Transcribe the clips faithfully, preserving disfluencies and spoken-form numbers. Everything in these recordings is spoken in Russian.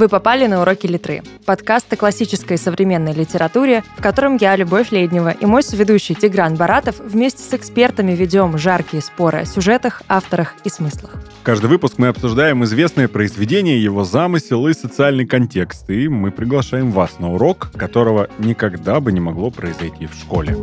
Вы попали на «Уроки литры» – подкаст о классической и современной литературе, в котором я, Любовь Леднева, и мой соведущий Тигран Баратов вместе с экспертами ведем жаркие споры о сюжетах, авторах и смыслах. Каждый выпуск мы обсуждаем известное произведение, его замысел и социальный контекст, и мы приглашаем вас на урок, которого никогда бы не могло произойти в школе.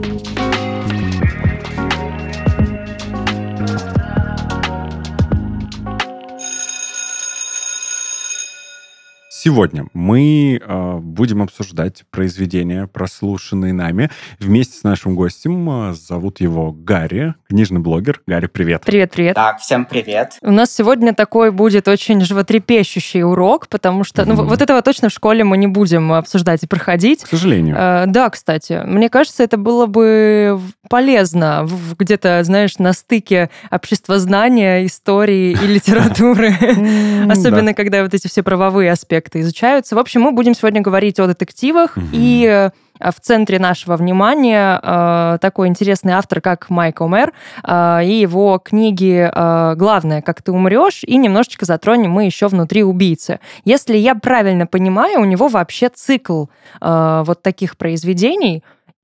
Сегодня мы э, будем обсуждать произведения, прослушанные нами, вместе с нашим гостем. Зовут его Гарри, книжный блогер. Гарри, привет. Привет-привет. Так, всем привет. У нас сегодня такой будет очень животрепещущий урок, потому что mm-hmm. ну, вот этого точно в школе мы не будем обсуждать и проходить. К сожалению. Э, да, кстати. Мне кажется, это было бы полезно в, где-то, знаешь, на стыке обществознания, истории и литературы. Особенно, когда вот эти все правовые аспекты изучаются. В общем, мы будем сегодня говорить о детективах, угу. и в центре нашего внимания э, такой интересный автор, как Майк Омер, э, и его книги э, «Главное, как ты умрешь», и немножечко затронем мы еще «Внутри убийцы». Если я правильно понимаю, у него вообще цикл э, вот таких произведений,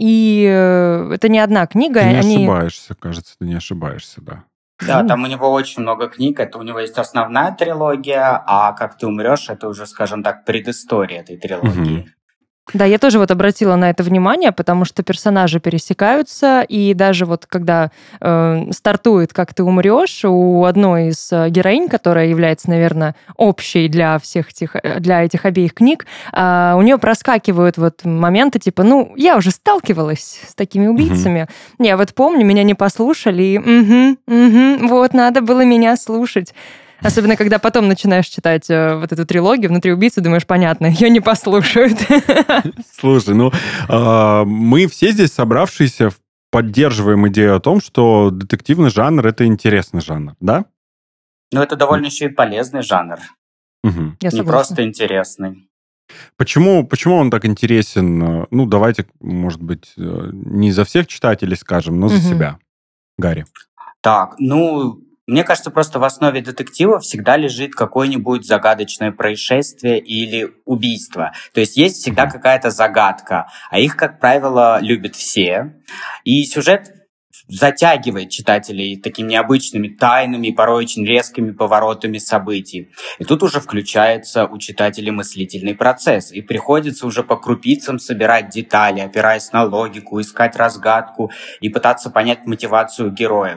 и э, это не одна книга. Ты не они... ошибаешься, кажется, ты не ошибаешься, да. Да, там у него очень много книг. Это у него есть основная трилогия, а «Как ты умрешь» — это уже, скажем так, предыстория этой трилогии. Угу. Да, я тоже вот обратила на это внимание, потому что персонажи пересекаются, и даже вот когда э, стартует «Как ты умрешь», у одной из героинь, которая является, наверное, общей для всех этих, для этих обеих книг, э, у нее проскакивают вот моменты типа, ну, я уже сталкивалась с такими убийцами, mm-hmm. я вот помню, меня не послушали, и угу, угу, вот, надо было меня слушать. Особенно, когда потом начинаешь читать э, вот эту трилогию «Внутри убийцы», думаешь, понятно, ее не послушают. Слушай, ну, э, мы все здесь собравшиеся поддерживаем идею о том, что детективный жанр — это интересный жанр, да? Ну, это довольно еще и полезный жанр. Угу. Не просто интересный. Почему, почему он так интересен? Ну, давайте, может быть, не за всех читателей скажем, но за угу. себя. Гарри. Так, ну... Мне кажется, просто в основе детектива всегда лежит какое-нибудь загадочное происшествие или убийство. То есть есть всегда какая-то загадка, а их, как правило, любят все. И сюжет затягивает читателей такими необычными тайнами и порой очень резкими поворотами событий. И тут уже включается у читателей мыслительный процесс, и приходится уже по крупицам собирать детали, опираясь на логику, искать разгадку и пытаться понять мотивацию героев.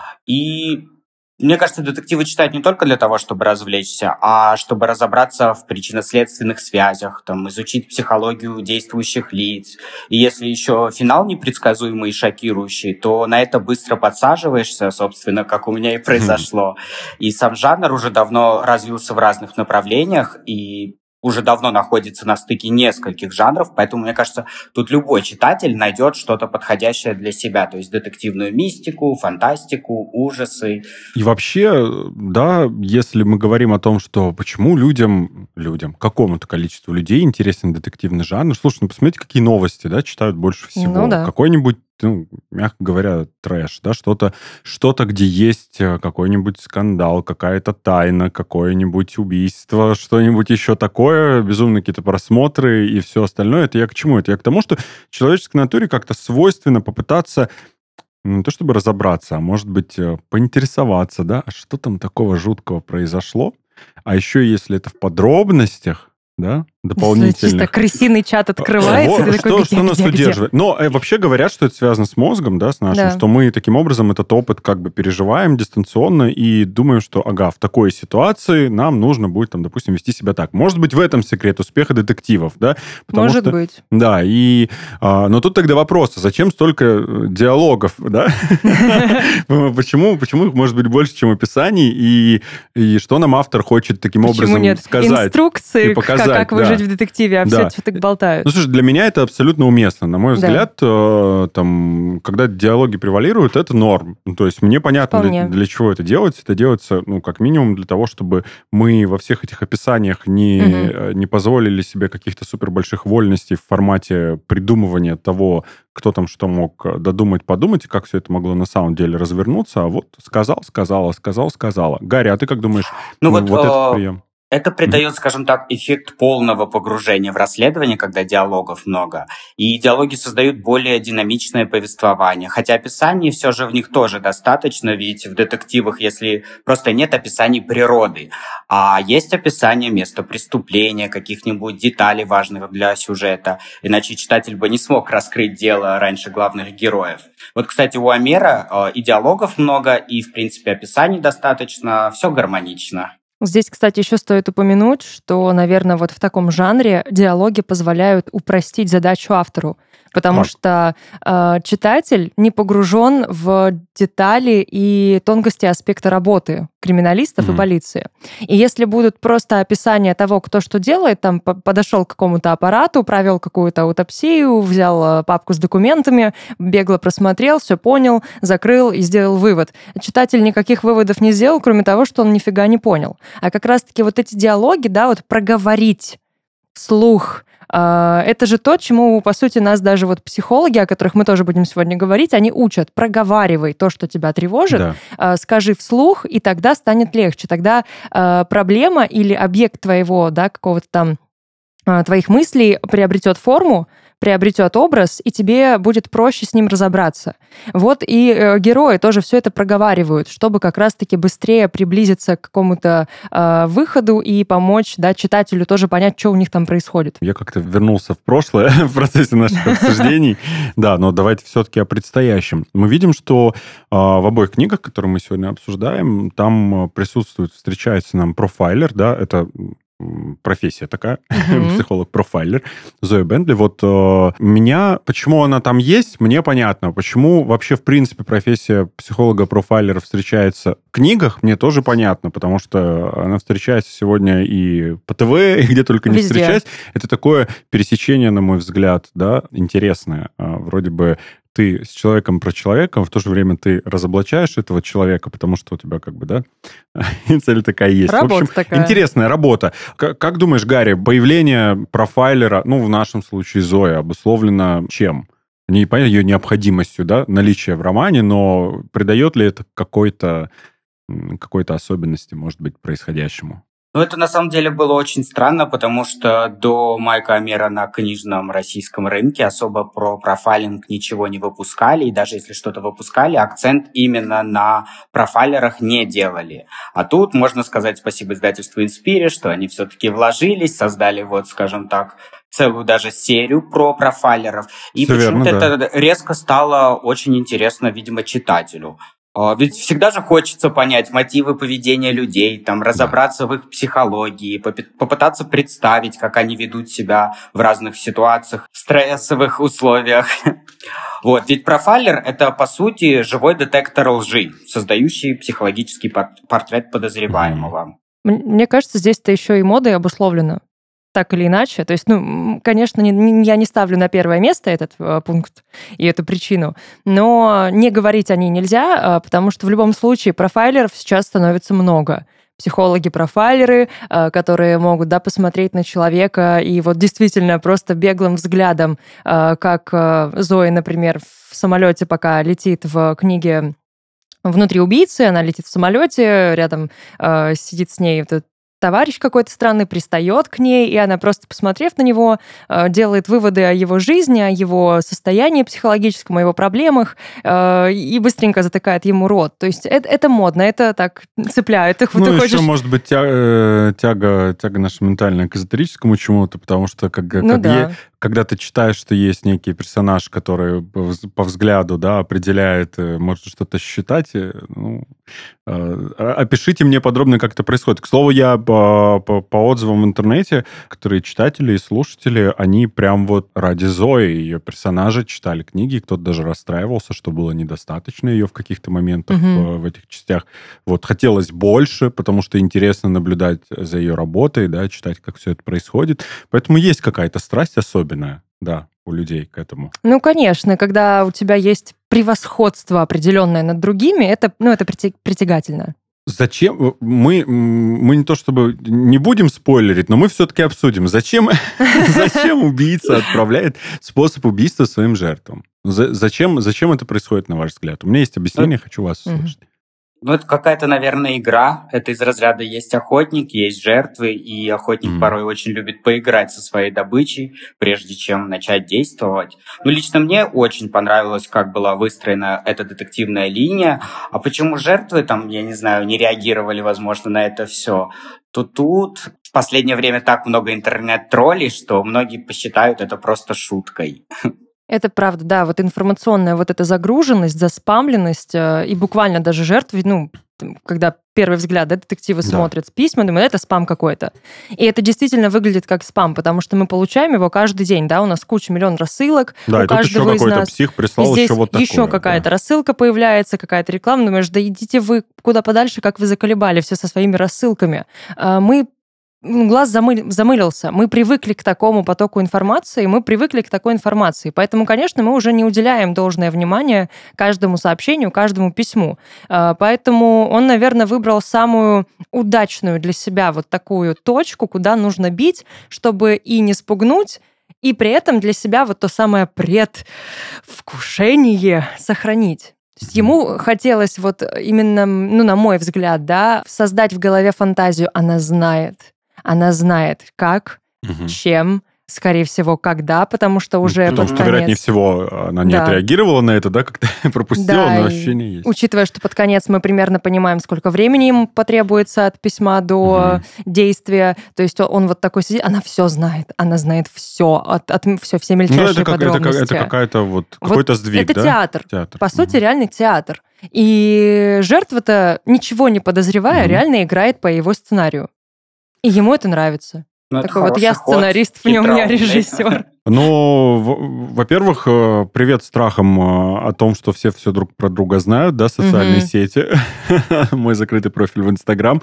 И мне кажется, детективы читать не только для того, чтобы развлечься, а чтобы разобраться в причинно-следственных связях, там, изучить психологию действующих лиц. И если еще финал непредсказуемый и шокирующий, то на это быстро подсаживаешься, собственно, как у меня и произошло. И сам жанр уже давно развился в разных направлениях, и уже давно находится на стыке нескольких жанров, поэтому, мне кажется, тут любой читатель найдет что-то подходящее для себя, то есть детективную мистику, фантастику, ужасы. И вообще, да, если мы говорим о том, что почему людям, людям, какому-то количеству людей интересен детективный жанр, слушай, ну посмотрите, какие новости, да, читают больше всего. Ну, да. Какой-нибудь, ну, мягко говоря, трэш, да, что-то, что-то, где есть какой-нибудь скандал, какая-то тайна, какое-нибудь убийство, что-нибудь еще такое, безумные какие-то просмотры и все остальное. Это я к чему? Это я к тому, что человеческой натуре как-то свойственно попытаться не то чтобы разобраться, а может быть поинтересоваться, да, а что там такого жуткого произошло? А еще если это в подробностях, да, дополнительно. Чисто крысиный чат открывается. Вот, ты такой, что, где, что нас где, удерживает? где? Но э, вообще говорят, что это связано с мозгом, да, с нашим, Да. что мы таким образом этот опыт как бы переживаем дистанционно и думаем, что, ага, в такой ситуации нам нужно будет, там, допустим, вести себя так. Может быть, в этом секрет успеха детективов, да? Потому Может что, быть. Да, и... А, но тут тогда вопрос, а зачем столько диалогов, да? Почему, почему их может быть больше, чем описаний, и, и что нам автор хочет таким образом сказать? Инструкции, и показать, как, как да. выжить в детективе, а Да. все все так болтают. Ну, слушай, для меня это абсолютно уместно. На мой взгляд, Да. э, там, когда диалоги превалируют, это норм. Ну, то есть мне понятно, для, для чего это делается. Это делается, ну, как минимум, для того, чтобы мы во всех этих описаниях не, угу. не позволили себе каких-то супербольших вольностей в формате придумывания того, кто там что мог додумать, подумать, и как все это могло на самом деле развернуться. А вот сказал, сказала, сказал, сказала. Гарри, а ты как думаешь, ну, вот, вот вот э... этот прием? Это придает, скажем так, эффект полного погружения в расследование, когда диалогов много. И диалоги создают более динамичное повествование. Хотя описаний все же в них тоже достаточно, ведь в детективах, если просто нет описаний природы, а есть описание места преступления, каких-нибудь деталей важных для сюжета, иначе читатель бы не смог раскрыть дело раньше главных героев. Вот, кстати, у Омера э, и диалогов много, и, в принципе, описаний достаточно, все гармонично. Здесь, кстати, еще стоит упомянуть, что, наверное, вот в таком жанре диалоги позволяют упростить задачу автору, потому Так. что э, читатель не погружен в детали и тонкости аспекта работы криминалистов Мгм. и полиции. И если будут просто описания того, кто что делает, там по- подошел к какому-то аппарату, провел какую-то аутопсию, взял э, папку с документами, бегло просмотрел, все понял, закрыл и сделал вывод. Читатель никаких выводов не сделал, кроме того, что он нифига не понял. А как раз-таки вот эти диалоги, да, вот проговорить вслух, э, это же то, чему, по сути, нас даже вот психологи, о которых мы тоже будем сегодня говорить, они учат. Проговаривай то, что тебя тревожит, Да. э, скажи вслух, и тогда станет легче. Тогда э, проблема или объект твоего, да, какого-то там э, твоих мыслей приобретет форму, приобретет образ, и тебе будет проще с ним разобраться. Вот и э, герои тоже все это проговаривают, чтобы как раз-таки быстрее приблизиться к какому-то э, выходу и помочь, да, читателю тоже понять, что у них там происходит. Я как-то вернулся в прошлое в процессе наших обсуждений. Да, но давайте все-таки о предстоящем. Мы видим, что э, в обоих книгах, которые мы сегодня обсуждаем, там э, присутствует, встречается нам профайлер, да, это м, профессия такая, Мгм. психолог-профайлер, Зоя Бентли. Вот э, меня, почему она там есть, мне понятно. Почему вообще, в принципе, профессия психолога-профайлера встречается в книгах, мне тоже понятно, потому что она встречается сегодня и по ТВ, и где только не Везде. встречается. Это такое пересечение, на мой взгляд, да, интересное. А, Вроде бы ты с человеком про человека, в то же время ты разоблачаешь этого человека, потому что у тебя как бы, да, цель такая есть. В Работа общем, такая. интересная работа. К- Как думаешь, Гарри, появление профайлера, ну, в нашем случае Зои, обусловлено чем? Не понятно, ее необходимостью, да, наличия в романе, но придает ли это какой-то м, какой-то особенности, может быть, происходящему? Ну, это на самом деле было очень странно, потому что до Майка Омера на книжном российском рынке особо про профайлинг ничего не выпускали, и даже если что-то выпускали, акцент именно на профайлерах не делали. А тут можно сказать спасибо издательству Инспире, что они все-таки вложились, создали, вот, скажем так, целую даже серию про профайлеров. И Всё верно, почему-то да. это резко стало очень интересно, видимо, читателю. А, Ведь всегда же хочется понять мотивы поведения людей, там, разобраться в их психологии, попи- попытаться представить, как они ведут себя в разных ситуациях, в стрессовых условиях. Вот, ведь профайлер — это, по сути, живой детектор лжи, создающий психологический пор- портрет подозреваемого. М- Мне кажется, здесь-то еще и модой обусловлено. Так или иначе. То есть, ну, м, конечно, не- не- я не ставлю на первое место этот э, пункт и эту причину, но не говорить о ней нельзя, э, потому что в любом случае профайлеров сейчас становится много. Психологи-профайлеры, э, которые могут, да, посмотреть на человека и вот действительно просто беглым взглядом, э, как э, Зоя, например, в самолете, пока летит в книге «Внутри убийцы», она летит в самолете, рядом э, сидит с ней вот этот товарищ какой-то странный, пристает к ней, и она просто, посмотрев на него, э, делает выводы о его жизни, о его состоянии психологическом, о его проблемах, э, и быстренько затыкает ему рот. То есть это, это модно, это так цепляет. Ты, Ну, ты еще, хочешь... может быть, тя- э, тяга, тяга наша ментальная к эзотерическому чему-то, потому что как, Ну как да. е- когда ты читаешь, что есть некий персонаж, который по, вз- по взгляду, да, определяет, э, может что-то считать, э, ну, э, а- опишите мне подробно, как это происходит. К слову, я по, по, по отзывам в интернете, которые читатели и слушатели, они прям вот ради Зои, ее персонажа, читали книги, кто-то даже расстраивался, что было недостаточно ее в каких-то моментах Мгм. в, в этих частях. Вот хотелось больше, потому что интересно наблюдать за ее работой, да, читать, как все это происходит. Поэтому есть какая-то страсть особенная, да, у людей к этому. Ну, конечно, когда у тебя есть превосходство определенное над другими, это, ну, это прити- притягательно. Зачем мы, мы не то чтобы не будем спойлерить, но мы все-таки обсудим, зачем, зачем убийца отправляет способ убийства своим жертвам? За- Зачем, зачем это происходит, на ваш взгляд? У меня есть объяснение, хочу вас Мгм. услышать. Ну, это какая-то, наверное, игра. Это из разряда есть охотник, есть жертвы, и охотник mm. порой очень любит поиграть со своей добычей, прежде чем начать действовать. Ну, лично мне очень понравилось, как была выстроена эта детективная линия. А почему жертвы там, я не знаю, не реагировали, возможно, на это все? То тут в последнее время так много интернет-троллей, что многие посчитают это просто шуткой. Это правда, да, вот информационная вот эта загруженность, заспамленность, и буквально даже жертвы, ну, когда первый взгляд, да, детективы да. смотрят с письмами, это спам какой-то. И это действительно выглядит как спам, потому что мы получаем его каждый день, да, у нас куча, миллион рассылок, да, у каждого из нас. Псих прислал здесь еще вот такое. Еще какая-то да. рассылка появляется, какая-то реклама, думаешь, да идите вы куда подальше, как вы заколебали все со своими рассылками. Мы глаз замы... замылился. Мы привыкли к такому потоку информации, мы привыкли к такой информации. Поэтому, конечно, мы уже не уделяем должное внимание каждому сообщению, каждому письму. Поэтому он, наверное, выбрал самую удачную для себя вот такую точку, куда нужно бить, чтобы и не спугнуть, и при этом для себя вот то самое предвкушение сохранить. Ему хотелось вот именно, ну, на мой взгляд, да, создать в голове фантазию. Она знает. Она знает, как, угу. чем, скорее всего, когда, потому что уже потому под что, конец... вероятнее всего, она не да. отреагировала на это, да, как-то пропустила, да, но ощущение есть. Учитывая, что под конец мы примерно понимаем, сколько времени им потребуется от письма до угу. действия, то есть он вот такой сидит, она все знает, она знает все, от, от, все, все мельчайшие ну, это как, подробности. Это, это какая-то вот, какой-то вот сдвиг, это да? театр, театр. по угу. сути, реальный театр. И жертва-то, ничего не подозревая, угу. реально играет по его сценарию. И ему это нравится. Ну, Такой вот я сценарист, ход, в нем я режиссер. Ну, во-первых, привет страхам о том, что все все друг про друга знают, да, социальные mm-hmm. сети, мой закрытый профиль в Инстаграм.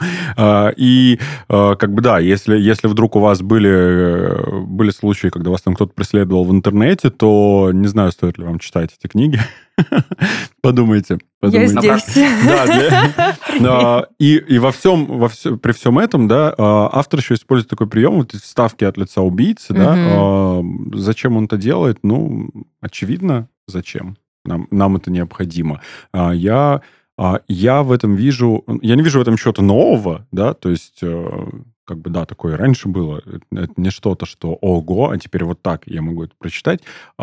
И как бы да, если, если вдруг у вас были, были случаи, когда вас там кто-то преследовал в интернете, то не знаю, стоит ли вам читать эти книги. Подумайте. подумайте. Я здесь. Да, для... и, и во всем, во все, при всем этом, да, автор еще использует такой прием, вот вставки от лица убийцы, mm-hmm. да. Зачем он это делает? Ну, очевидно, зачем. Нам, нам это необходимо. Я, я в этом вижу... Я не вижу в этом чего-то нового, да, то есть... Как бы, да, такое раньше было. Это не что-то, что ого, а теперь вот так я могу это прочитать.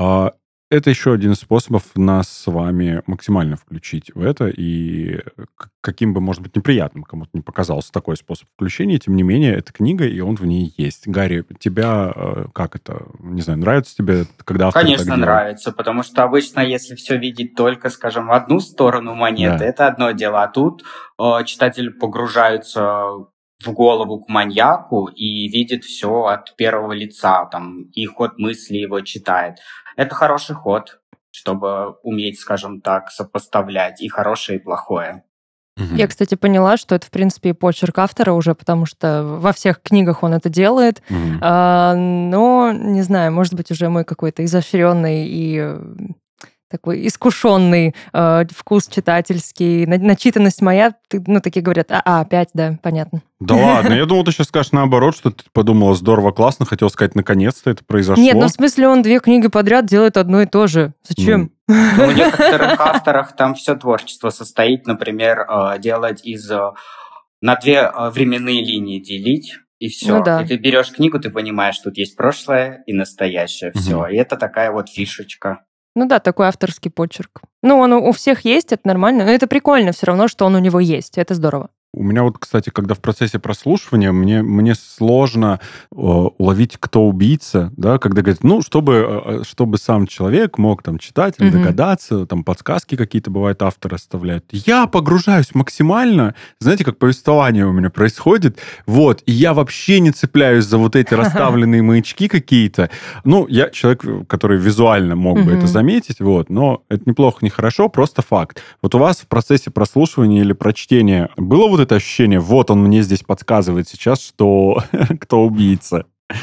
Это еще один из способов нас с вами максимально включить в это, и каким бы, может быть, неприятным кому-то не показался такой способ включения, тем не менее, это книга, и он в ней есть. Гарри, тебя, как это, не знаю, нравится тебе, когда автор Конечно, так нравится, делает? Потому что обычно, если все видеть только, скажем, в одну сторону монеты, да. это одно дело, а тут э, читатель погружается в голову к маньяку и видит все от первого лица, там, и ход мысли его читает. Это хороший ход, чтобы уметь, скажем так, сопоставлять и хорошее, и плохое. Угу. Я, кстати, поняла, что это, в принципе, и почерк автора уже, потому что во всех книгах он это делает. Угу. А, но, не знаю, может быть, уже мой какой-то изощренный и... такой искушенный э, вкус читательский, начитанность моя, ну, такие говорят, а, опять, да, понятно. Да ладно, я думал, ты сейчас скажешь наоборот, что ты подумала, здорово, классно, хотел сказать, наконец-то это произошло. Нет, ну, в смысле, он две книги подряд делает одно и то же. Зачем? Ну, у некоторых авторах там все творчество состоит, например, делать из... на две временные линии делить, и все. Ну, да. И ты берешь книгу, ты понимаешь, тут есть прошлое и настоящее, все. Угу. И это такая вот фишечка. Ну да, такой авторский почерк. Ну, он у всех есть, это нормально. Но это прикольно все равно, что он у него есть. Это здорово. У меня вот, кстати, когда в процессе прослушивания, мне, мне сложно э, уловить, кто убийца, да, когда говорят, ну, чтобы, чтобы сам человек мог там читать, mm-hmm. догадаться, там подсказки какие-то, бывает, автор оставляет. Я погружаюсь максимально, знаете, как повествование у меня происходит, вот, и я вообще не цепляюсь за вот эти расставленные маячки какие-то. Ну, я человек, который визуально мог mm-hmm. бы это заметить, вот, но это неплохо, не хорошо, просто факт. Вот у вас в процессе прослушивания или прочтения было вот это ощущение, вот он мне здесь подсказывает сейчас, что кто убийца?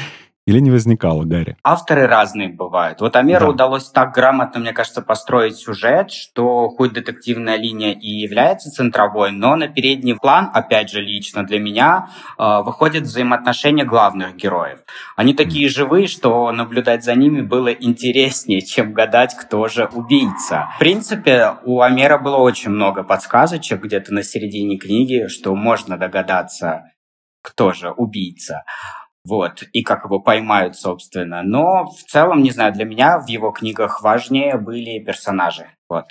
Или не возникало, Гарри? Авторы разные бывают. Вот Омеру Да. удалось так грамотно, мне кажется, построить сюжет, что хоть детективная линия и является центровой, но на передний план, опять же, лично для меня, выходят взаимоотношения главных героев. Они такие живые, что наблюдать за ними было интереснее, чем гадать, кто же убийца. В принципе, у Омера было очень много подсказочек где-то на середине книги, что можно догадаться, кто же убийца. Вот, и как его поймают, собственно. Но в целом, не знаю, для меня в его книгах важнее были персонажи. Вот.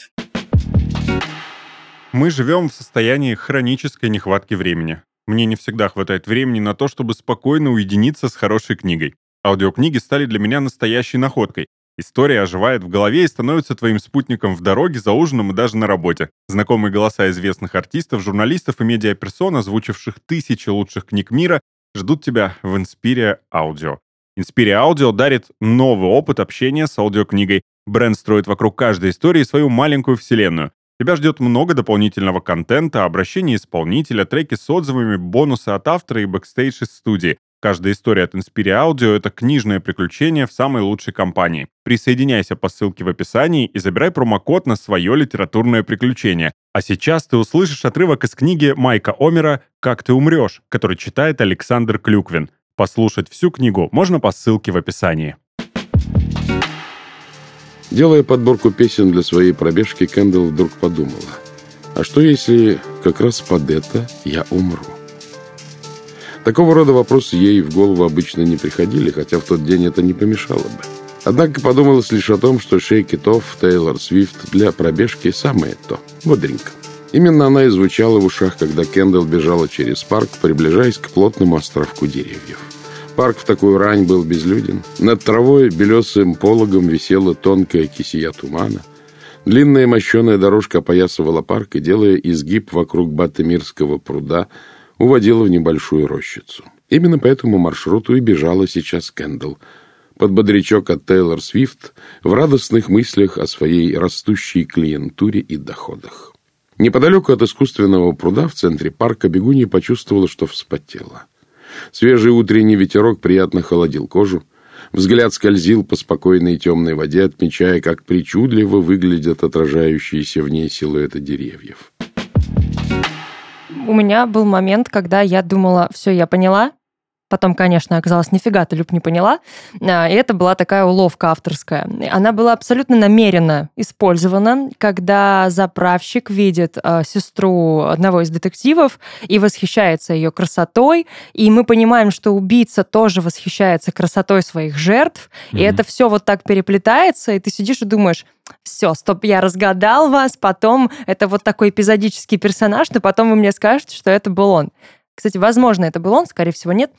Мы живем в состоянии хронической нехватки времени. Мне не всегда хватает времени на то, чтобы спокойно уединиться с хорошей книгой. Аудиокниги стали для меня настоящей находкой. История оживает в голове и становится твоим спутником в дороге, за ужином и даже на работе. Знакомые голоса известных артистов, журналистов и медиаперсон, озвучивших тысячи лучших книг мира, ждут тебя в Inspiria Audio. Inspiria Audio дарит новый опыт общения с аудиокнигой. Бренд строит вокруг каждой истории свою маленькую вселенную. Тебя ждет много дополнительного контента, обращения исполнителя, треки с отзывами, бонусы от автора и бэкстейдж из студии. Каждая история от Inspiria Audio — это книжное приключение в самой лучшей компании. Присоединяйся по ссылке в описании и забирай промокод на свое литературное приключение. А сейчас ты услышишь отрывок из книги Майка Омера «Как ты умрешь», который читает Александр Клюквин. Послушать всю книгу можно по ссылке в описании. Делая подборку песен для своей пробежки, Кэндалл вдруг подумала: а что если как раз под это я умру? Такого рода вопросы ей в голову обычно не приходили, хотя в тот день это не помешало бы. Однако подумалось лишь о том, что «Shake It Off» Тейлор Свифт для пробежки самое то, бодренько. Именно она и звучала в ушах, когда Кэндалл бежала через парк, приближаясь к плотному островку деревьев. Парк в такую рань был безлюден. Над травой белесым пологом висела тонкая кисия тумана. Длинная мощеная дорожка опоясывала парк и, делая изгиб вокруг Баттемирского пруда, уводила в небольшую рощицу. Именно по этому маршруту и бежала сейчас Кэндалл, под бодрячок от Тейлор Свифт, в радостных мыслях о своей растущей клиентуре и доходах. Неподалеку от искусственного пруда в центре парка бегунья почувствовала, что вспотела. Свежий утренний ветерок приятно холодил кожу. Взгляд скользил по спокойной темной воде, отмечая, как причудливо выглядят отражающиеся в ней силуэты деревьев. У меня был момент, когда я думала, все, я поняла. Потом, конечно, оказалось, нифига ты, Люб, не поняла. И это была такая уловка авторская. Она была абсолютно намеренно использована, когда заправщик видит э, сестру одного из детективов и восхищается ее красотой, и мы понимаем, что убийца тоже восхищается красотой своих жертв, mm-hmm. и это все вот так переплетается, и ты сидишь и думаешь: все, стоп, я разгадал вас, потом это вот такой эпизодический персонаж, но потом вы мне скажете, что это был он. Кстати, возможно, это был он, скорее всего, нет.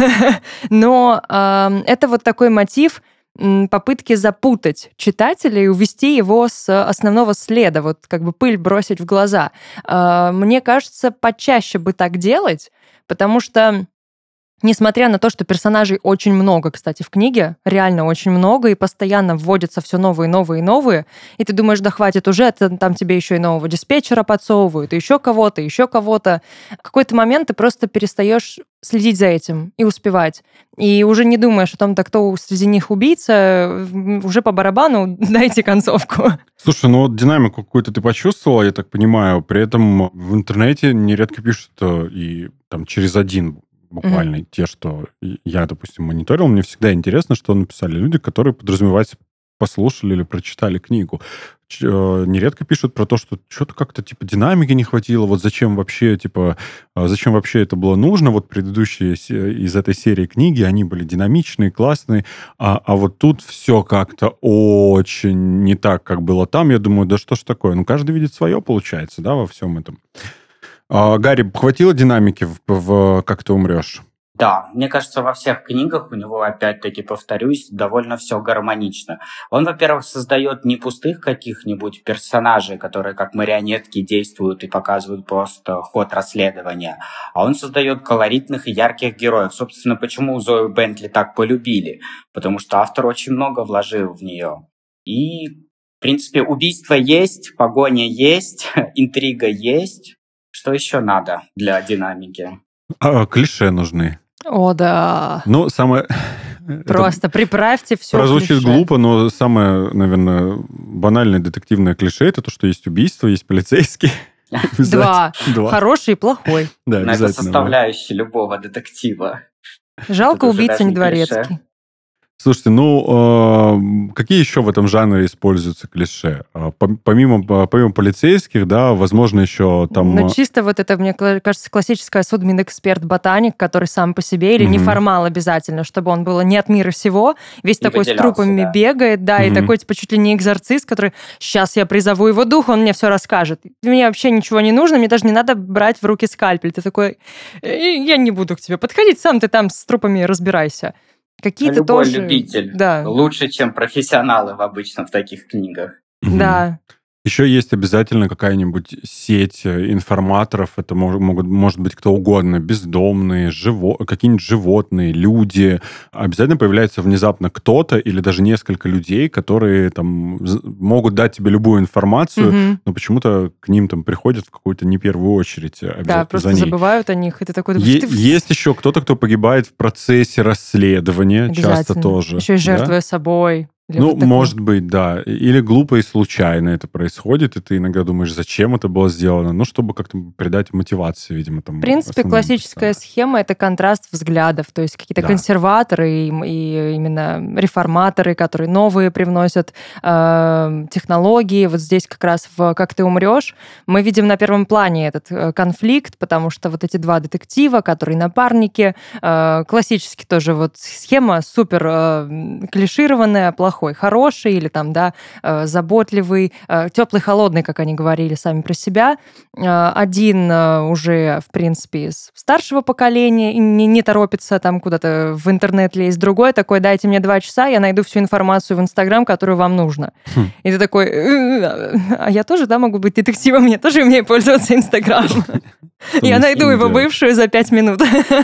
Но э, это вот такой мотив попытки запутать читателя и увести его с основного следа, вот как бы пыль бросить в глаза. Э, мне кажется, почаще бы так делать, потому что несмотря на то, что персонажей очень много, кстати, в книге, реально очень много, и постоянно вводятся все новые, новые, новые, и ты думаешь, да хватит уже, там тебе еще и нового диспетчера подсовывают, и еще кого-то, еще кого-то. В какой-то момент ты просто перестаешь следить за этим и успевать. И уже не думаешь о том, да кто среди них убийца, уже по барабану дайте концовку. Слушай, ну вот динамику какую-то ты почувствовала, я так понимаю, при этом в интернете нередко пишут и там через один буквально mm-hmm. те, что я, допустим, мониторил. Мне всегда интересно, что написали люди, которые, подразумевается, послушали или прочитали книгу. Нередко пишут про то, что что-то как-то типа динамики не хватило, вот зачем вообще, типа, зачем вообще это было нужно, вот предыдущие из этой серии книги, они были динамичные, классные, а, а вот тут все как-то очень не так, как было там. Я думаю, да что ж такое? Ну, каждый видит свое, получается, да, во всем этом. А, Гарри, хватило динамики в, в «Как ты умрешь»? Да, мне кажется, во всех книгах у него, опять-таки, повторюсь, довольно все гармонично. Он, во-первых, создает не пустых каких-нибудь персонажей, которые как марионетки действуют и показывают просто ход расследования, а он создает колоритных и ярких героев. Собственно, почему Зою Бентли так полюбили? Потому что автор очень много вложил в нее. И, в принципе, убийство есть, погоня есть, интрига есть. Что еще надо для динамики? А, клише нужны. О, да. Ну, самое... Просто это приправьте все. Прозвучит клише. глупо, но самое, наверное, банальное детективное клише — это то, что есть убийство, есть полицейский. Два. Два. Хороший и плохой. Да, Но это составляющая любого детектива. Жалко, убийца не дворецкий. Клише. Слушайте, ну, э, какие еще в этом жанре используются клише? Помимо, помимо полицейских, да, возможно, еще там... Ну, чисто вот это, мне кажется, классическая судмедэксперт-ботаник, который сам по себе, или Мгм. неформал обязательно, чтобы он был не от мира сего, весь И такой с выделялся, трупами да. бегает, да, и Мгм. такой, типа, чуть ли не экзорцист, который, сейчас я призову его дух, он мне все расскажет. Мне вообще ничего не нужно, мне даже не надо брать в руки скальпель. Ты такой, «Э, я не буду к тебе подходить, сам ты там с трупами разбирайся. Какие-то Любой тоже... любитель. Да, Лучше, чем профессионалы в обычно в таких книгах. Мгм. да. Еще есть обязательно какая-нибудь сеть э, информаторов. Это мож- могут, может быть кто угодно. Бездомные, живо- какие-нибудь животные, люди. Обязательно появляется внезапно кто-то или даже несколько людей, которые там з- могут дать тебе любую информацию, Мгм. но почему-то к ним там приходят в какую-то не первую очередь. э, Да, обяза- просто за ней. забывают о них, и ты такой... думаешь, Е- ты в- есть еще кто-то, кто погибает в процессе расследования, часто Обязательно. тоже. Еще и да? жертвуя собой. Или Ну, вот такое. может быть, да. Или глупо и случайно это происходит, и ты иногда думаешь, зачем это было сделано. Ну, чтобы как-то придать мотивации, видимо, там. В принципе, основному классическая персонажу. схема — это контраст взглядов, то есть какие-то Да. консерваторы и, и именно реформаторы, которые новые привносят э, технологии. Вот здесь как раз в «Как ты умрешь» мы видим на первом плане этот э, конфликт, потому что вот эти два детектива, которые напарники, э, классически тоже вот схема супер э, клишированная, плохой, хороший, или там, да, э, заботливый, э, теплый, холодный, как они говорили сами про себя. Э, один э, уже, в принципе, из старшего поколения и не, не торопится там куда-то в интернет лезть. Другой такой, дайте мне два часа, я найду всю информацию в Инстаграм, которую вам нужно. Хм. И ты такой, «Э, а я тоже, да, могу быть детективом, я тоже умею пользоваться Инстаграм. Я мне с найду ним его делать? бывшую за пять минут.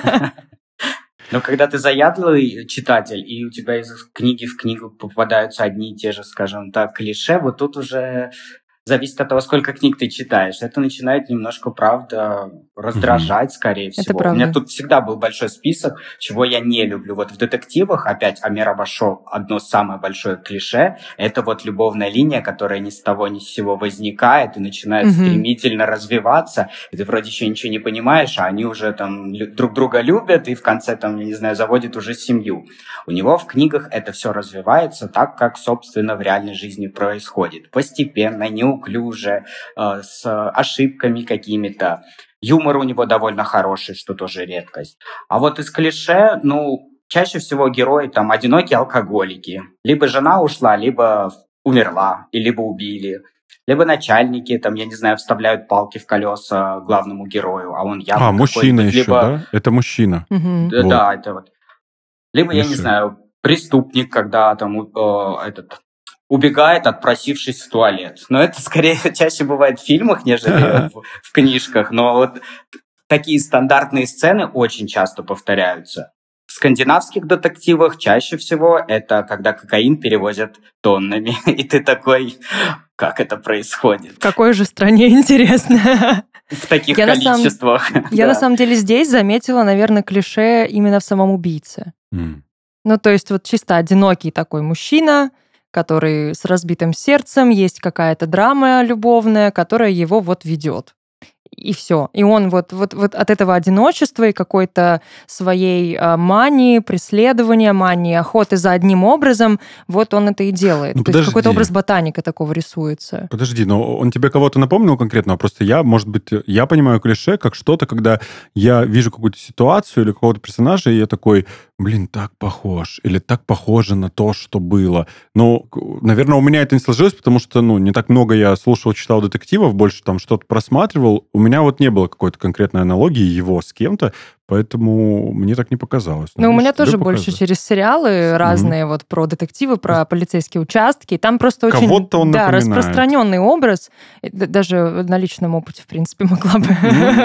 Но когда ты заядлый читатель, и у тебя из книги в книгу попадаются одни и те же, скажем так, клише, вот тут уже зависит от того, сколько книг ты читаешь. Это начинает немножко, правда, раздражать, скорее всего. Это У правда. меня тут всегда был большой список, чего я не люблю. Вот в детективах, опять, Омер обошел одно самое большое клише. Это вот любовная линия, которая ни с того ни с сего возникает и начинает Мгм. стремительно развиваться. И ты вроде еще ничего не понимаешь, а они уже там лю- друг друга любят и в конце, там, я не знаю, заводят уже семью. У него в книгах это все развивается так, как, собственно, в реальной жизни происходит. Постепенно, неуклюже, э, с ошибками какими-то. Юмор у него довольно хороший, что тоже редкость. А вот из клише, ну, чаще всего герои там одинокие алкоголики. Либо жена ушла, либо умерла, и либо убили. Либо начальники, там, я не знаю, вставляют палки в колеса главному герою, а он явно А, мужчина какой-нибудь, еще, либо... да? Это мужчина. Мгм. Да, Вот. да, это вот. Либо, я не Клише. знаю, преступник, когда там э, этот убегает, отпросившись в туалет. Но это скорее чаще бывает в фильмах, нежели в, в книжках. Но вот такие стандартные сцены очень часто повторяются. В скандинавских детективах чаще всего это когда кокаин перевозят тоннами. И ты такой, как это происходит? В какой же стране, интересно? В таких Я на самом- количествах. Я Да. на самом деле здесь заметила, наверное, клише именно в самом убийце. М. Ну, то есть вот чисто одинокий такой мужчина, который с разбитым сердцем, есть какая-то драма любовная, которая его вот ведет. И все. И он вот, вот, вот от этого одиночества и какой-то своей а, мании, преследования, мании, охоты за одним образом, вот он это и делает. Ну, То есть какой-то подожди. образ ботаника такого рисуется. Подожди, но он тебе кого-то напомнил конкретно? А просто я, может быть, я понимаю клише как что-то, когда я вижу какую-то ситуацию или какого-то персонажа, и я такой, блин, так похож, или так похоже на то, что было. Но, к- наверное, у меня это не сложилось, потому что, ну, не так много я слушал, читал детективов, больше там что-то просматривал. У меня вот не было какой-то конкретной аналогии его с кем-то, поэтому мне так не показалось. Ну, у видишь, меня тебе тоже больше показалось. через сериалы разные вот про детективы, про полицейские участки. И там просто очень Кого-то он да, напоминает. распространенный образ. И д- Даже на личном опыте, в принципе, могла бы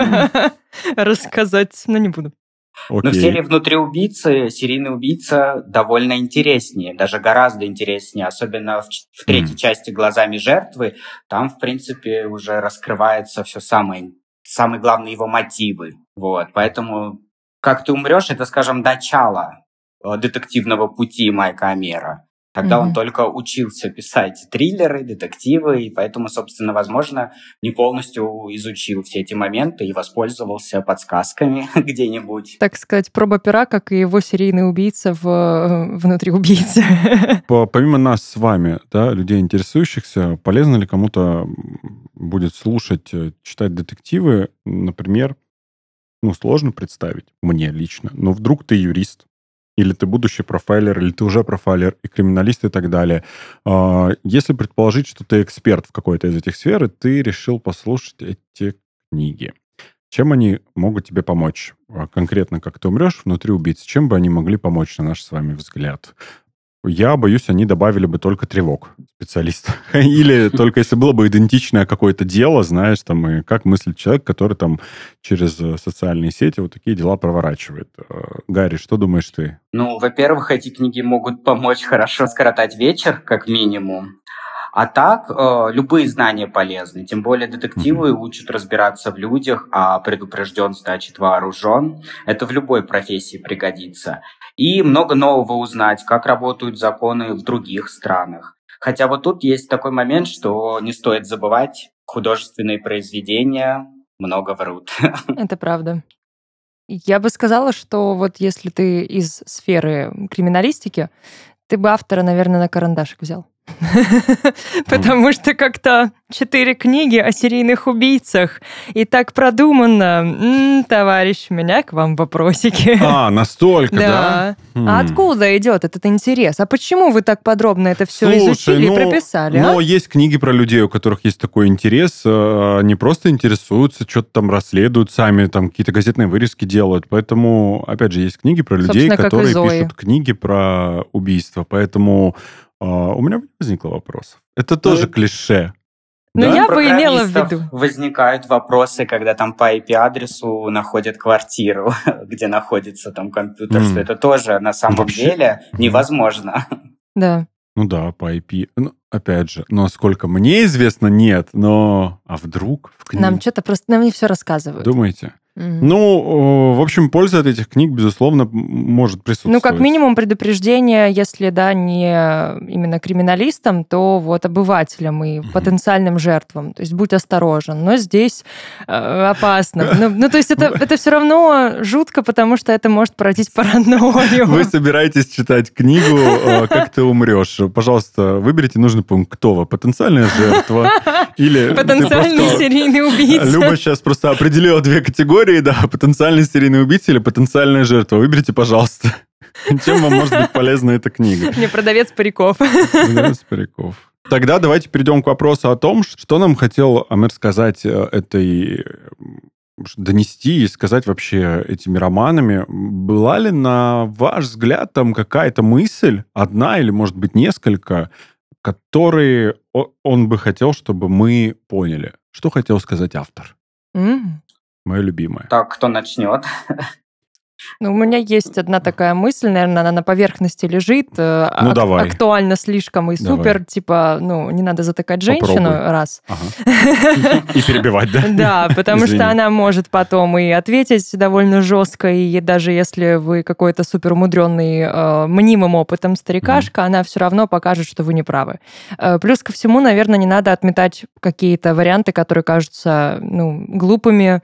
рассказать, но не буду. Но в Окей. серии «Внутри убийцы» серийный убийца довольно интереснее, даже гораздо интереснее, особенно в, ч- в третьей Мгм. части «Глазами жертвы». Там, в принципе, уже раскрывается все самое, самые главные его мотивы. Вот. Поэтому «Как ты умрешь» — это, скажем, начало детективного пути Майка Амера. Тогда mm-hmm. он только учился писать триллеры, детективы, и поэтому, собственно, возможно, не полностью изучил все эти моменты и воспользовался подсказками где-нибудь. Так сказать, проба пера, как и его серийный убийца в «Внутри убийцы». Помимо нас с вами, да, людей, интересующихся, полезно ли кому-то будет слушать, читать детективы, например, ну, сложно представить, мне лично, но вдруг ты юрист, или ты будущий профайлер, или ты уже профайлер, и криминалист, и так далее. Если предположить, что ты эксперт в какой-то из этих сфер, и ты решил послушать эти книги, чем они могут тебе помочь? Конкретно, как ты умрешь внутри убийцы, чем бы они могли помочь, на наш с вами взгляд? Я боюсь, они добавили бы только тревог специалиста. Или только если было бы идентичное какое-то дело, знаешь, там, и как мыслит человек, который там через социальные сети вот такие дела проворачивает. Гарри, что думаешь ты? Ну, во-первых, эти книги могут помочь хорошо скоротать вечер, как минимум. А так, э, любые знания полезны. Тем более детективы mm-hmm. учат разбираться в людях, а предупрежден, значит вооружен. Это в любой профессии пригодится. И много нового узнать, как работают законы в других странах. Хотя вот тут есть такой момент, что не стоит забывать, художественные произведения много врут. Это правда. Я бы сказала, что вот если ты из сферы криминалистики, ты бы автора, наверное, на карандашик взял. Потому что как-то четыре книги о серийных убийцах. И так продуманно. М-м, товарищ, у меня к вам вопросики. А, настолько, да? Да. Хм. А откуда идет этот интерес? А почему вы так подробно это все Слушай, изучили ну, и прописали? Но а? есть книги про людей, у которых есть такой интерес. Они просто интересуются, что-то там расследуют сами, там какие-то газетные вырезки делают. Поэтому, опять же, есть книги про людей, Собственно, которые как и Зои. пишут книги про убийства. Поэтому Uh, у меня возникло вопрос. Это тоже ну, клише. Ну, да? я бы имела в виду. Возникают вопросы, когда там по ай пи-адресу находят квартиру, где находится там компьютер, mm. что это тоже на самом Вообще? деле невозможно. Да. Ну да, по ай пи. Ну, опять же, насколько мне известно, нет. Но а вдруг в книге? Нам что-то просто... Нам не все рассказывают. Думаете? Mm-hmm. Ну, в общем, польза от этих книг, безусловно, может присутствовать. Ну, как минимум предупреждение, если, да, не именно криминалистам, то вот обывателям и mm-hmm. потенциальным жертвам. То есть будь осторожен. Но здесь э, опасно. Ну, ну, то есть это, это все равно жутко, потому что это может породить паранойю. Вы собираетесь читать книгу «Как ты умрешь». Пожалуйста, выберите нужный пункт. Кто вы? Потенциальная жертва? Или потенциальный серийный убийца? Люба сейчас просто определила две категории. Да, потенциальный серийный убийца или потенциальная жертва. Выберите, пожалуйста. Чем вам может быть полезна эта книга? Не продавец париков. Продавец париков. Тогда давайте перейдем к вопросу о том, что нам хотел Амер сказать этой... донести и сказать вообще этими романами. Была ли, на ваш взгляд, там какая-то мысль, одна или, может быть, несколько, которые он бы хотел, чтобы мы поняли? Что хотел сказать автор? Mm. Моя любимая. Так, кто начнет? Ну, у меня есть одна такая мысль, наверное, она на поверхности лежит. Ну, ак- давай. Актуально слишком и Давай. Супер. Типа, ну, не надо затыкать женщину, Попробуй. раз. Ага. И перебивать, да? Да, потому Извини. что она может потом и ответить довольно жестко, и даже если вы какой-то суперумудренный э, мнимым опытом старикашка, mm-hmm. она все равно покажет, что вы не правы. Э, плюс ко всему, наверное, не надо отметать какие-то варианты, которые кажутся, ну, глупыми,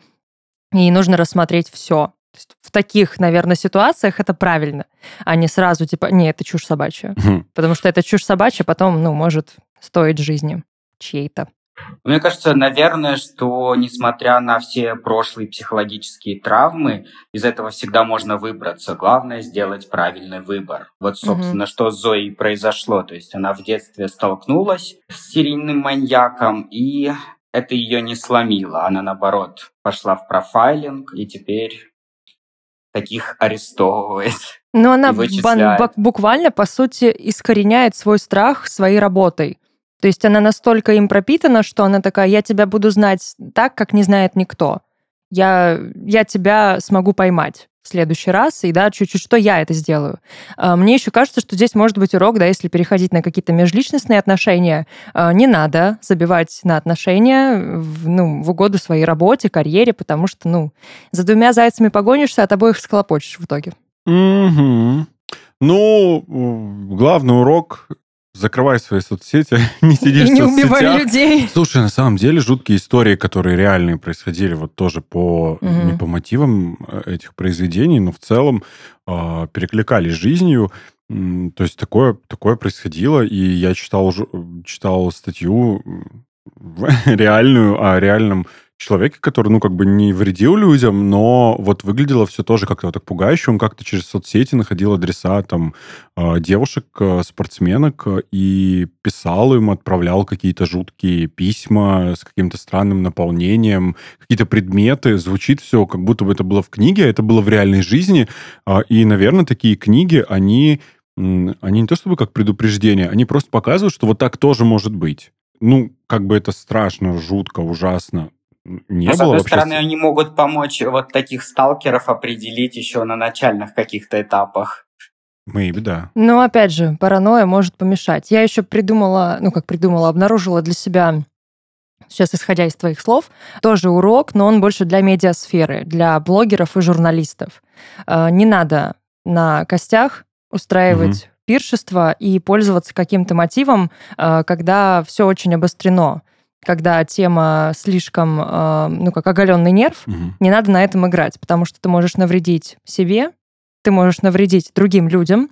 и нужно рассмотреть все. То есть в таких, наверное, ситуациях это правильно, а не сразу типа, не, это чушь собачья. Хм. Потому что эта чушь собачья потом, ну, может стоить жизни чьей-то. Мне кажется, наверное, что несмотря на все прошлые психологические травмы, из этого всегда можно выбраться. Главное сделать правильный выбор. Вот, собственно, mm-hmm. что с Зоей произошло. То есть она в детстве столкнулась с серийным маньяком, и это ее не сломило. Она, наоборот, пошла в профайлинг, и теперь таких арестовывает. Но она бан- буквально, по сути, искореняет свой страх своей работой. То есть она настолько им пропитана, что она такая, я тебя буду знать так, как не знает никто. Я, я тебя смогу поймать в следующий раз, и да, чуть-чуть, что я это сделаю. Мне еще кажется, что здесь может быть урок, да, если переходить на какие-то межличностные отношения, не надо забивать на отношения в, ну, в угоду своей работе, карьере, потому что, ну, за двумя зайцами погонишься, от обоих схлопочешь в итоге. Угу. Ну, главный урок... Закрывай свои соцсети, не сидишь и не в соцсетях. убивай людей. Слушай, на самом деле жуткие истории, которые реальные происходили, вот тоже по, Угу. не по мотивам этих произведений, но в целом э, перекликались с жизнью. М, То есть такое, такое происходило, и я читал, уже- читал статью в- реальную о реальном человеке, который, ну, как бы не вредил людям, но вот выглядело все тоже как-то вот так пугающе. Он как-то через соцсети находил адреса там э, девушек, э, спортсменок, э, и писал им, отправлял какие-то жуткие письма с каким-то странным наполнением, какие-то предметы. Звучит все, как будто бы это было в книге, а это было в реальной жизни. А, И, наверное, такие книги, они, м, они не то чтобы как предупреждение, они просто показывают, что вот так тоже может быть. Ну, как бы это страшно, жутко, ужасно не Но, с было одной вообще. стороны, они могут помочь вот таких сталкеров определить еще на начальных каких-то этапах. Maybe, да. Но, опять же, паранойя может помешать. Я еще придумала, ну, как придумала, обнаружила для себя, сейчас исходя из твоих слов, тоже урок, но он больше для медиасферы, для блогеров и журналистов. Э, Не надо на костях устраивать пиршество и пользоваться каким-то мотивом, э, когда все очень обострено, когда тема слишком, э, ну, как оголенный нерв. Мгм. Не надо на этом играть, потому что ты можешь навредить себе, ты можешь навредить другим людям,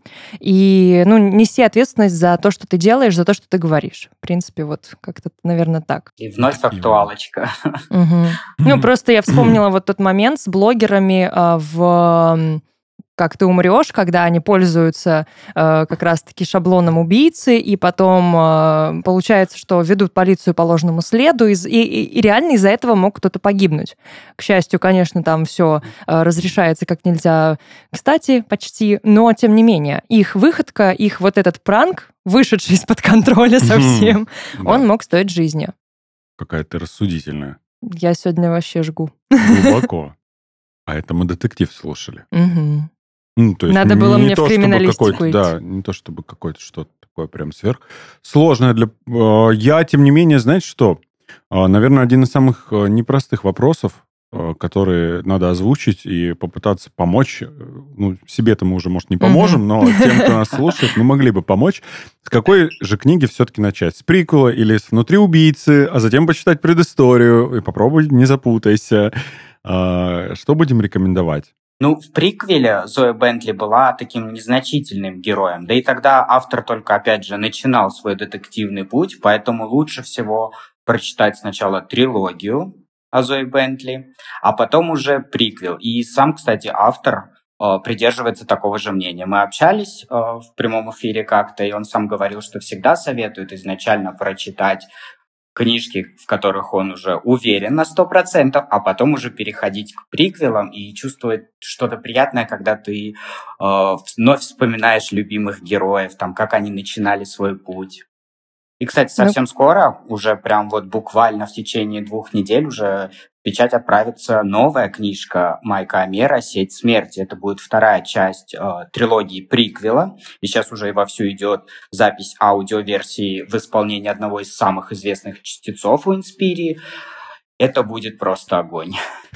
и, ну, неси ответственность за то, что ты делаешь, за то, что ты говоришь. В принципе, вот как-то, наверное, так. И вновь Такие актуалочка. Мгм. Ну, просто я вспомнила вот тот момент с блогерами а, в м, «Как ты умрешь», когда они пользуются э, как раз-таки шаблоном убийцы, и потом э, получается, что ведут полицию по ложному следу, и, и- и реально из-за этого мог кто-то погибнуть. К счастью, конечно, там все разрешается как нельзя кстати, почти, но тем не менее, их выходка, их вот этот пранк, вышедший из-под контроля совсем, Да, он мог стоить жизни. какая ты рассудительная. Я сегодня вообще жгу. Глубоко. А это мы детектив слушали. Мгм. Ну, то есть Надо было не мне в то, чтобы криминалистику какой-то, идти. да, не то чтобы какое-то что-то такое прям сверх сложное для... э, Я, тем не менее, знаете что? Э, Наверное, один из самых э, непростых вопросов, э, которые надо озвучить и попытаться помочь. э, Ну, себе-то мы уже, может, не поможем, но тем, кто нас слушает, мы могли бы помочь. С какой же книги все-таки начать? С приквела или с «Внутри убийцы», а затем почитать предысторию и попробуй не запутайся. Э, Что будем рекомендовать? Ну, в приквеле Зоя Бентли была таким незначительным героем, да и тогда автор только, опять же, начинал свой детективный путь, поэтому лучше всего прочитать сначала трилогию о Зои Бентли, а потом уже приквел. И сам, кстати, автор э, придерживается такого же мнения. Мы общались э, в прямом эфире как-то, и он сам говорил, что всегда советует изначально прочитать книжки, в которых он уже уверен на сто процентов, а потом уже переходить к приквелам и чувствовать что-то приятное, когда ты э, вновь вспоминаешь любимых героев, там, как они начинали свой путь. И, кстати, совсем скоро, уже прям вот буквально в течение двух недель уже в печать отправится новая книжка Майка Амера «Сеть смерти». Это будет вторая часть э, трилогии приквела. И сейчас уже и вовсю идет запись аудиоверсии в исполнении одного из самых известных чтецов у Инспирии. Это будет просто огонь.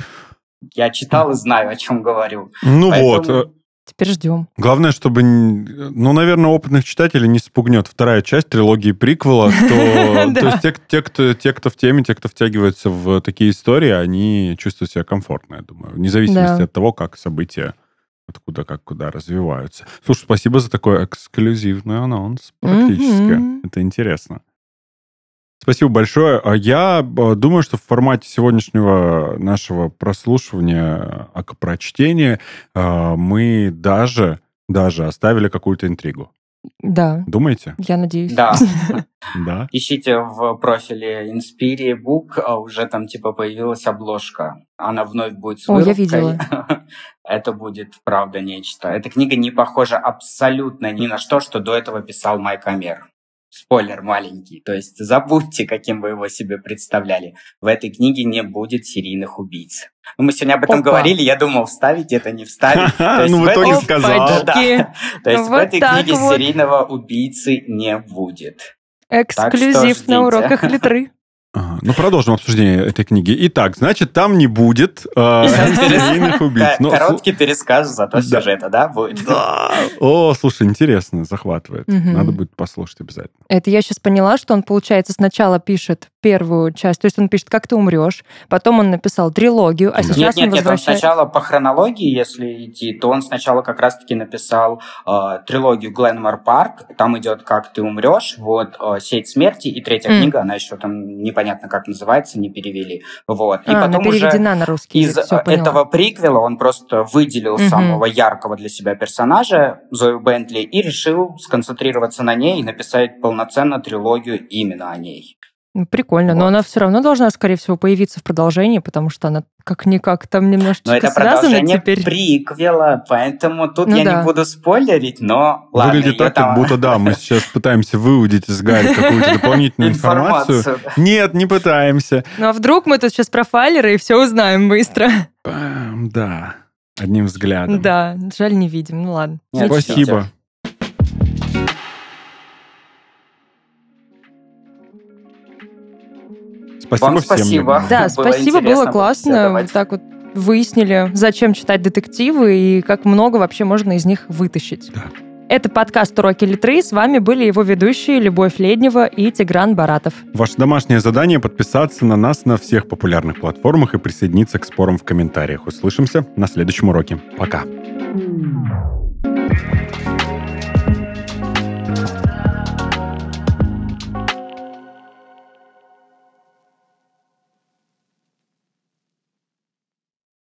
Я читал и знаю, о чем говорю. Ну Поэтому- вот, э, Теперь ждем. главное, чтобы, н- ну, наверное, опытных читателей не спугнет вторая часть трилогии приквела, то, Да. то есть те, те, кто, те, кто в теме, те, кто втягивается в такие истории, они чувствуют себя комфортно, я думаю, вне зависимости Да. от того, как события откуда, как, куда развиваются. Слушай, спасибо за такой эксклюзивный анонс практически. Мгм. Это интересно. Спасибо большое. А Я э, думаю, что в формате сегодняшнего нашего прослушивания, а, к- прочтения, э, мы даже, даже оставили какую-то интригу. Да, Думаете? я надеюсь. Да. Да. Ищите в профиле Inspiri Book, а уже там типа появилась обложка. Она вновь будет с О, я вырубкой. видела. Это будет, правда, нечто. Эта книга не похожа абсолютно ни на что, что до этого писал Майк Амер. Спойлер маленький. То есть забудьте, каким вы его себе представляли. В этой книге не будет серийных убийц. Ну, мы сегодня об этом Опа. говорили, я думал, вставить это, не вставить. То есть Ну, в этой- итоге сказал. Опачки. То есть в Вот этой так книге вот. серийного убийцы не будет. Эксклюзив ждите. на уроках литры. Ага. Ну, продолжим обсуждение этой книги. Итак, значит, там не будет э, серийных убийц. Но, Короткий пересказ зато Да. сюжета, да, будет? Да. О, слушай, интересно, захватывает. Мгм. Надо будет послушать обязательно. Это я сейчас поняла, что он, получается, сначала пишет первую часть, то есть он пишет «Как ты умрешь», потом он написал трилогию, а Да. сейчас Нет, нет, он нет, он возвращается... сначала по хронологии, если идти, то он сначала как раз-таки написал э, трилогию Гленмор Парк, там идет «Как ты умрешь», вот э, «Сеть смерти», и третья М. книга, она еще там непонятно как называется, не перевели. Вот. И А, она потом уже переведена на русский из язык, всё, поняла. этого приквела он просто выделил Мгм. самого яркого для себя персонажа, Зою Бентли, и решил сконцентрироваться на ней и написать полноценно трилогию именно о ней. Ну, прикольно, но Вот. она все равно должна, скорее всего, появиться в продолжении, потому что она как-никак там немножечко Но это связана продолжение теперь. приквела, поэтому тут Ну я да. не буду спойлерить, но ладно. Выглядит её так, там- как будто, да, мы сейчас пытаемся выудить из Гарри какую-то дополнительную информацию. информацию. Нет, не пытаемся. Ну а вдруг мы тут сейчас профайлеры и все узнаем быстро? Пам, Да, одним взглядом. Да, жаль, не видим. Ну ладно. Нет, Ничего. Спасибо. Спасибо Вам всем. спасибо. Юля. Да, Было спасибо, было интересно классно. побеседовать. Вот так вот выяснили, зачем читать детективы и как много вообще можно из них вытащить. Да. Это подкаст «Уроки Литры». С вами были его ведущие Любовь Леднева и Тигран Баратов. Ваше домашнее задание — подписаться на нас на всех популярных платформах и присоединиться к спорам в комментариях. Услышимся на следующем уроке. Пока.